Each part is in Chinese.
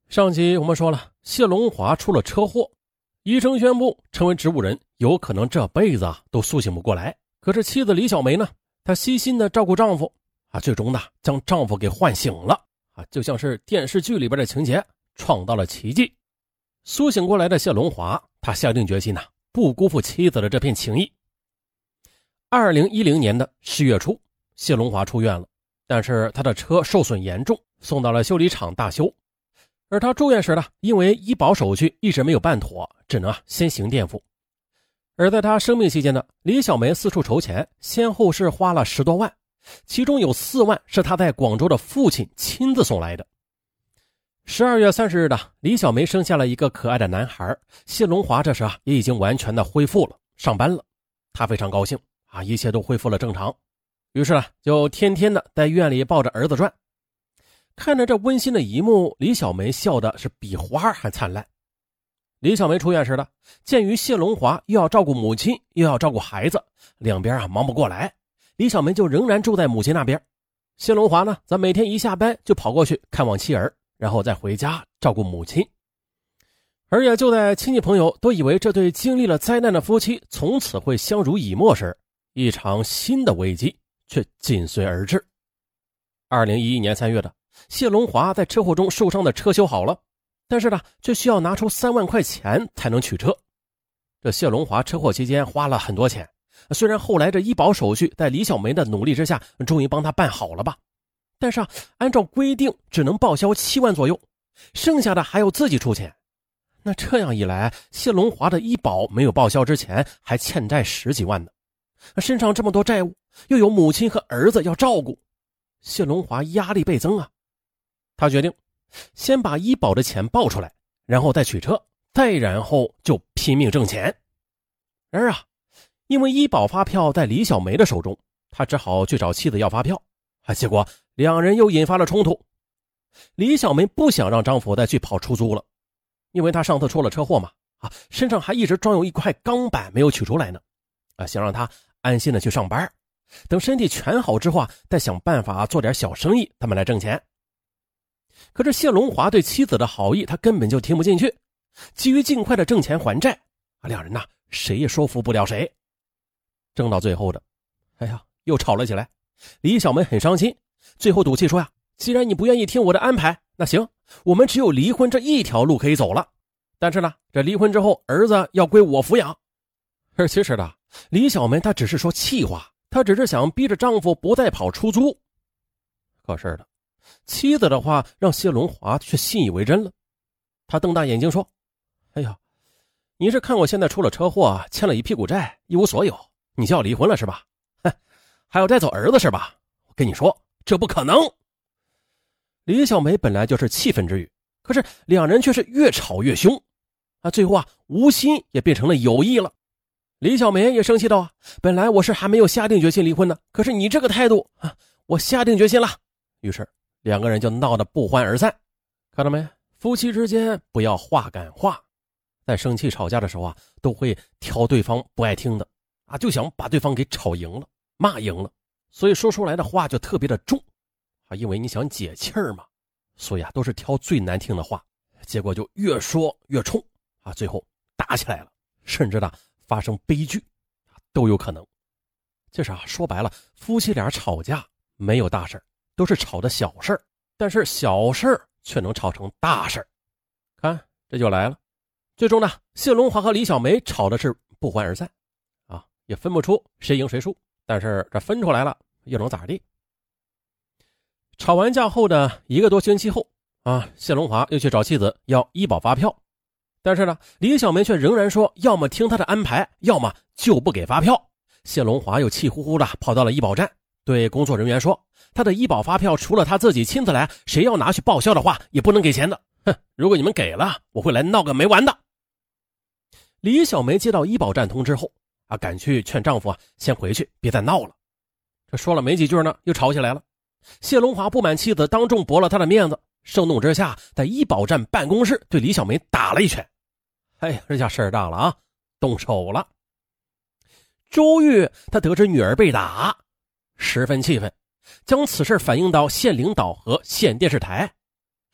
上集我们说了，谢龙华出了车祸，医生宣布成为植物人有可能这辈子都苏醒不过来。可是妻子李小梅呢，她悉心的照顾丈夫最终呢将丈夫给唤醒了就像是电视剧里边的情节，创造了奇迹。苏醒过来的谢龙华，他下定决心不辜负妻子的这片情谊。2010年的10月初，谢龙华出院了，但是他的车受损严重，送到了修理厂大修。而他住院时呢，因为医保手续一直没有办妥，只能先行垫付。而在他生病期间呢，李小梅四处筹钱，先后是花了10多万，其中有4万是他在广州的父亲亲自送来的。12月30日的李小梅生下了一个可爱的男孩，谢龙华这时也已经完全的恢复了，上班了。他非常高兴一切都恢复了正常，于是就天天的在院里抱着儿子转。看着这温馨的一幕，李小梅笑的是比花还灿烂。李小梅出院时的，鉴于谢龙华又要照顾母亲又要照顾孩子，两边忙不过来，李小梅就仍然住在母亲那边。谢龙华呢，则每天一下班就跑过去看望妻儿，然后再回家照顾母亲。而也就在亲戚朋友都以为这对经历了灾难的夫妻从此会相濡以沫时，一场新的危机却紧随而至。2011年3月的，谢龙华在车祸中受伤的车修好了，但是呢，却需要拿出3万块钱才能取车。这谢龙华车祸期间花了很多钱，虽然后来这医保手续在李小梅的努力之下终于帮他办好了吧，但是按照规定只能报销7万左右，剩下的还要自己出钱。那这样一来，谢龙华的医保没有报销之前还欠债10几万呢，身上这么多债务，又有母亲和儿子要照顾，谢龙华压力倍增他决定先把医保的钱报出来，然后再取车，再然后就拼命挣钱。然而因为医保发票在李小梅的手中，他只好去找妻子要发票结果两人又引发了冲突。李小梅不想让丈夫再去跑出租了，因为他上次出了车祸嘛身上还一直装有一块钢板没有取出来呢想让他安心的去上班，等身体全好之后再想办法做点小生意，他们来挣钱。可是谢龙华对妻子的好意他根本就听不进去，急于尽快的挣钱还债两人谁也说服不了谁。争到最后的又吵了起来。李小梅很伤心，最后赌气说既然你不愿意听我的安排，那行，我们只有离婚这一条路可以走了，但是呢，这离婚之后儿子要归我抚养。而其实的李小梅她只是说气话，她只是想逼着丈夫不再跑出租。可是的妻子的话让谢龙华却信以为真了。他瞪大眼睛说，你是看我现在出了车祸欠了一屁股债，一无所有，你就要离婚了是吧？还要带走儿子是吧？我跟你说这不可能。李小梅本来就是气愤之语，可是两人却是越吵越凶最后无心也变成了有意了。李小梅也生气到本来我是还没有下定决心离婚的，可是你这个态度我下定决心了。于是两个人就闹得不欢而散。看到没，夫妻之间不要话赶话，在生气吵架的时候都会挑对方不爱听的就想把对方给吵赢了，骂赢了，所以说出来的话就特别的重因为你想解气儿嘛，所以都是挑最难听的话，结果就越说越冲最后打起来了，甚至发生悲剧都有可能。其实说白了，夫妻俩吵架没有大事，都是吵的小事，但是小事却能吵成大事。看这就来了，最终呢，谢龙华和李小梅吵的是不欢而散也分不出谁赢谁输，但是这分出来了又能咋地？吵完架后的1个多星期后谢龙华又去找妻子要医保发票，但是呢，李小梅却仍然说要么听他的安排，要么就不给发票。谢龙华又气呼呼的跑到了医保站，对工作人员说他的医保发票除了他自己亲自来，谁要拿去报销的话也不能给钱的，如果你们给了，我会来闹个没完的。李小梅接到医保站通知后赶去劝丈夫先回去，别再闹了。这说了没几句呢，又吵起来了。谢龙华不满妻子当众驳了他的面子，盛怒之下在医保站办公室对李小梅打了一拳。这下事儿大了动手了。周玉他得知女儿被打，十分气愤，将此事反映到县领导和县电视台。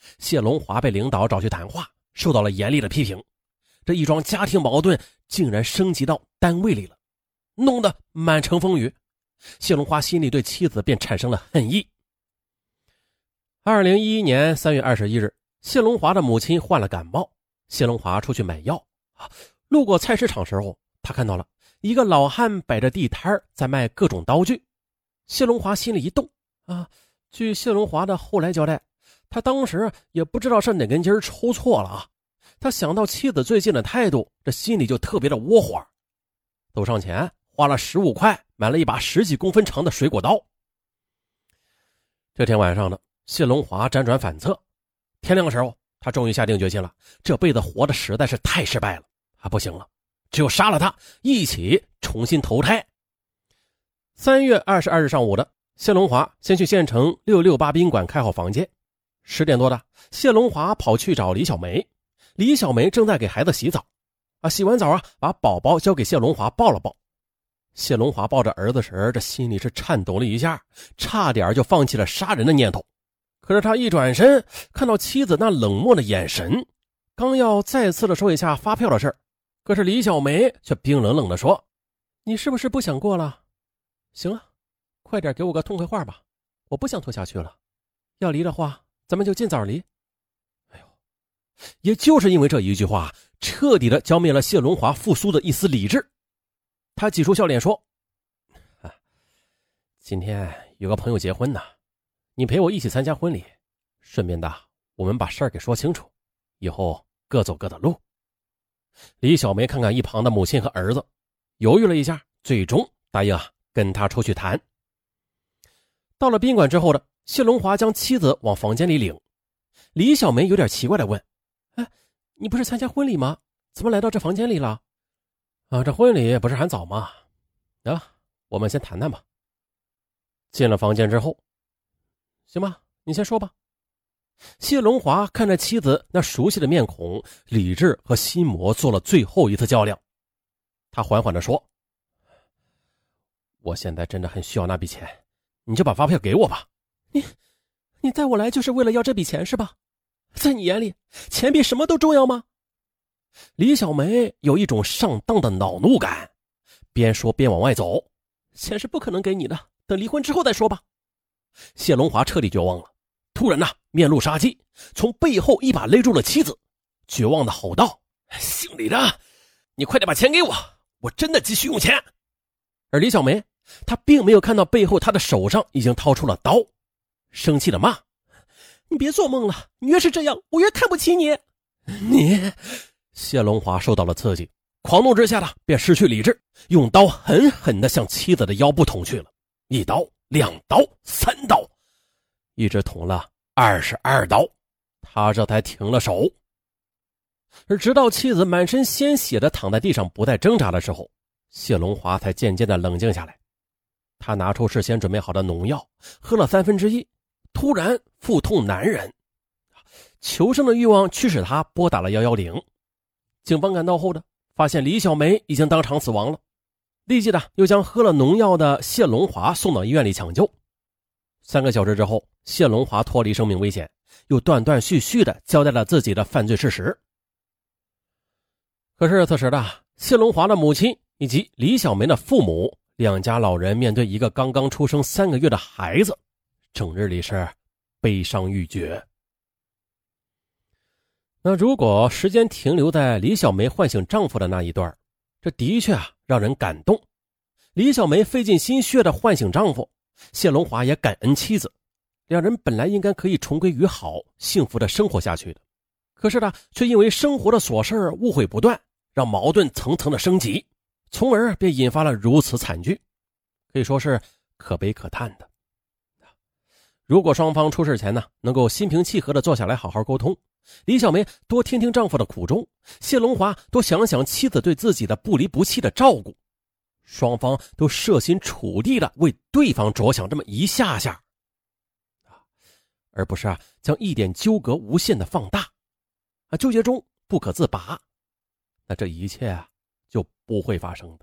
谢龙华被领导找去谈话，受到了严厉的批评。这一桩家庭矛盾竟然升级到单位里了，弄得满城风雨。谢龙华心里对妻子便产生了恨意。2011年3月21日，谢龙华的母亲患了感冒，谢龙华出去买药，路过菜市场时候，他看到了一个老汉摆着地摊在卖各种刀具。谢龙华心里一动据谢龙华的后来交代，他当时也不知道是哪根筋抽错了他想到妻子最近的态度，这心里就特别的窝火，走上前花了15块买了一把10几公分长的水果刀。这天晚上呢，谢龙华辗转反侧，天亮的时候他终于下定决心了，这辈子活的实在是太失败了不行了，只有杀了他，一起重新投胎。3月22日上午的，谢龙华先去县城668宾馆开好房间。10点多的，谢龙华跑去找李小梅。李小梅正在给孩子洗澡洗完澡把宝宝交给谢龙华抱了抱。谢龙华抱着儿子时，这心里是颤抖了一下，差点就放弃了杀人的念头。可是他一转身，看到妻子那冷漠的眼神，刚要再次的说一下发票的事，可是李小梅却冰冷冷的说：“你是不是不想过了？行了，快点给我个痛快话吧，我不想拖下去了。要离的话，咱们就尽早离。”也就是因为这一句话，彻底的浇灭了谢龙华复苏的一丝理智。他挤出笑脸说：“今天有个朋友结婚呢，你陪我一起参加婚礼，顺便的我们把事儿给说清楚，以后各走各的路。”李小梅看看一旁的母亲和儿子，犹豫了一下，最终答应跟他出去谈。到了宾馆之后的，谢龙华将妻子往房间里领。李小梅有点奇怪的问：“你不是参加婚礼吗？怎么来到这房间里了？”这婚礼不是还早吗？我们先谈谈吧。进了房间之后，行吧，你先说吧。谢龙华看着妻子那熟悉的面孔，理智和心魔做了最后一次较量。他缓缓地说：“我现在真的很需要那笔钱，你就把发票给我吧。”你带我来就是为了要这笔钱是吧？在你眼里，钱比什么都重要吗？李小梅有一种上当的恼怒感，边说边往外走：“钱是不可能给你的，等离婚之后再说吧。”谢龙华彻底绝望了，突然面露杀机，从背后一把勒住了妻子，绝望的吼道：“姓李的，你快点把钱给我，我真的急需用钱。”而李小梅，她并没有看到背后她的手上已经掏出了刀，生气的骂：“你别做梦了，你越是这样，我越看不起你。”谢龙华受到了刺激，狂怒之下便失去理智，用刀狠狠地向妻子的腰部捅去了，1刀、2刀、3刀，一直捅了22刀，他这才停了手。而直到妻子满身鲜血的躺在地上不再挣扎的时候，谢龙华才渐渐的冷静下来。他拿出事先准备好的农药，喝了1/3，突然腹痛难忍，求生的欲望驱使他拨打了110。警方赶到后的发现李小梅已经当场死亡了，立即的又将喝了农药的谢龙华送到医院里抢救。3个小时之后，谢龙华脱离生命危险，又断断续续的交代了自己的犯罪事实。可是此时的谢龙华的母亲以及李小梅的父母两家老人面对一个刚刚出生3个月的孩子，整日里是悲伤欲绝。那如果时间停留在李小梅唤醒丈夫的那一段，这的确让人感动。李小梅费尽心血的唤醒丈夫，谢龙华也感恩妻子，两人本来应该可以重归于好，幸福的生活下去的。可是却因为生活的琐事误会不断，让矛盾层层的升级，从而便引发了如此惨剧，可以说是可悲可叹的。如果双方出事前能够心平气和的坐下来好好沟通，李小梅多听听丈夫的苦衷，谢龙华多想想妻子对自己的不离不弃的照顾，双方都设身处地的为对方着想这么一下下，而不是将一点纠葛无限的放大，纠结中不可自拔，那这一切就不会发生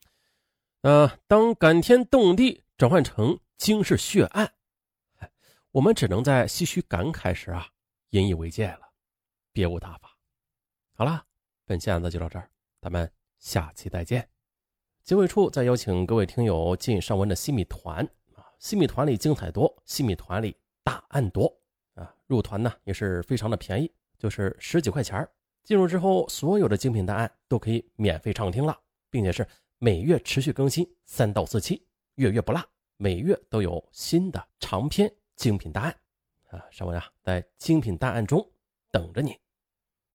的。当感天动地转换成惊世血案， 我们只能在唏嘘感慨时引以为戒了，别无他法。好了，本期案子就到这儿，咱们下期再见。结尾处再邀请各位听友进上文的西米团西米团里精彩多，西米团里大案多入团呢也是非常的便宜，就是10几块钱。进入之后，所有的精品大案都可以免费畅听了，并且是每月持续更新3到4期，月月不落，每月都有新的长篇精品大案上文在精品大案中等着你。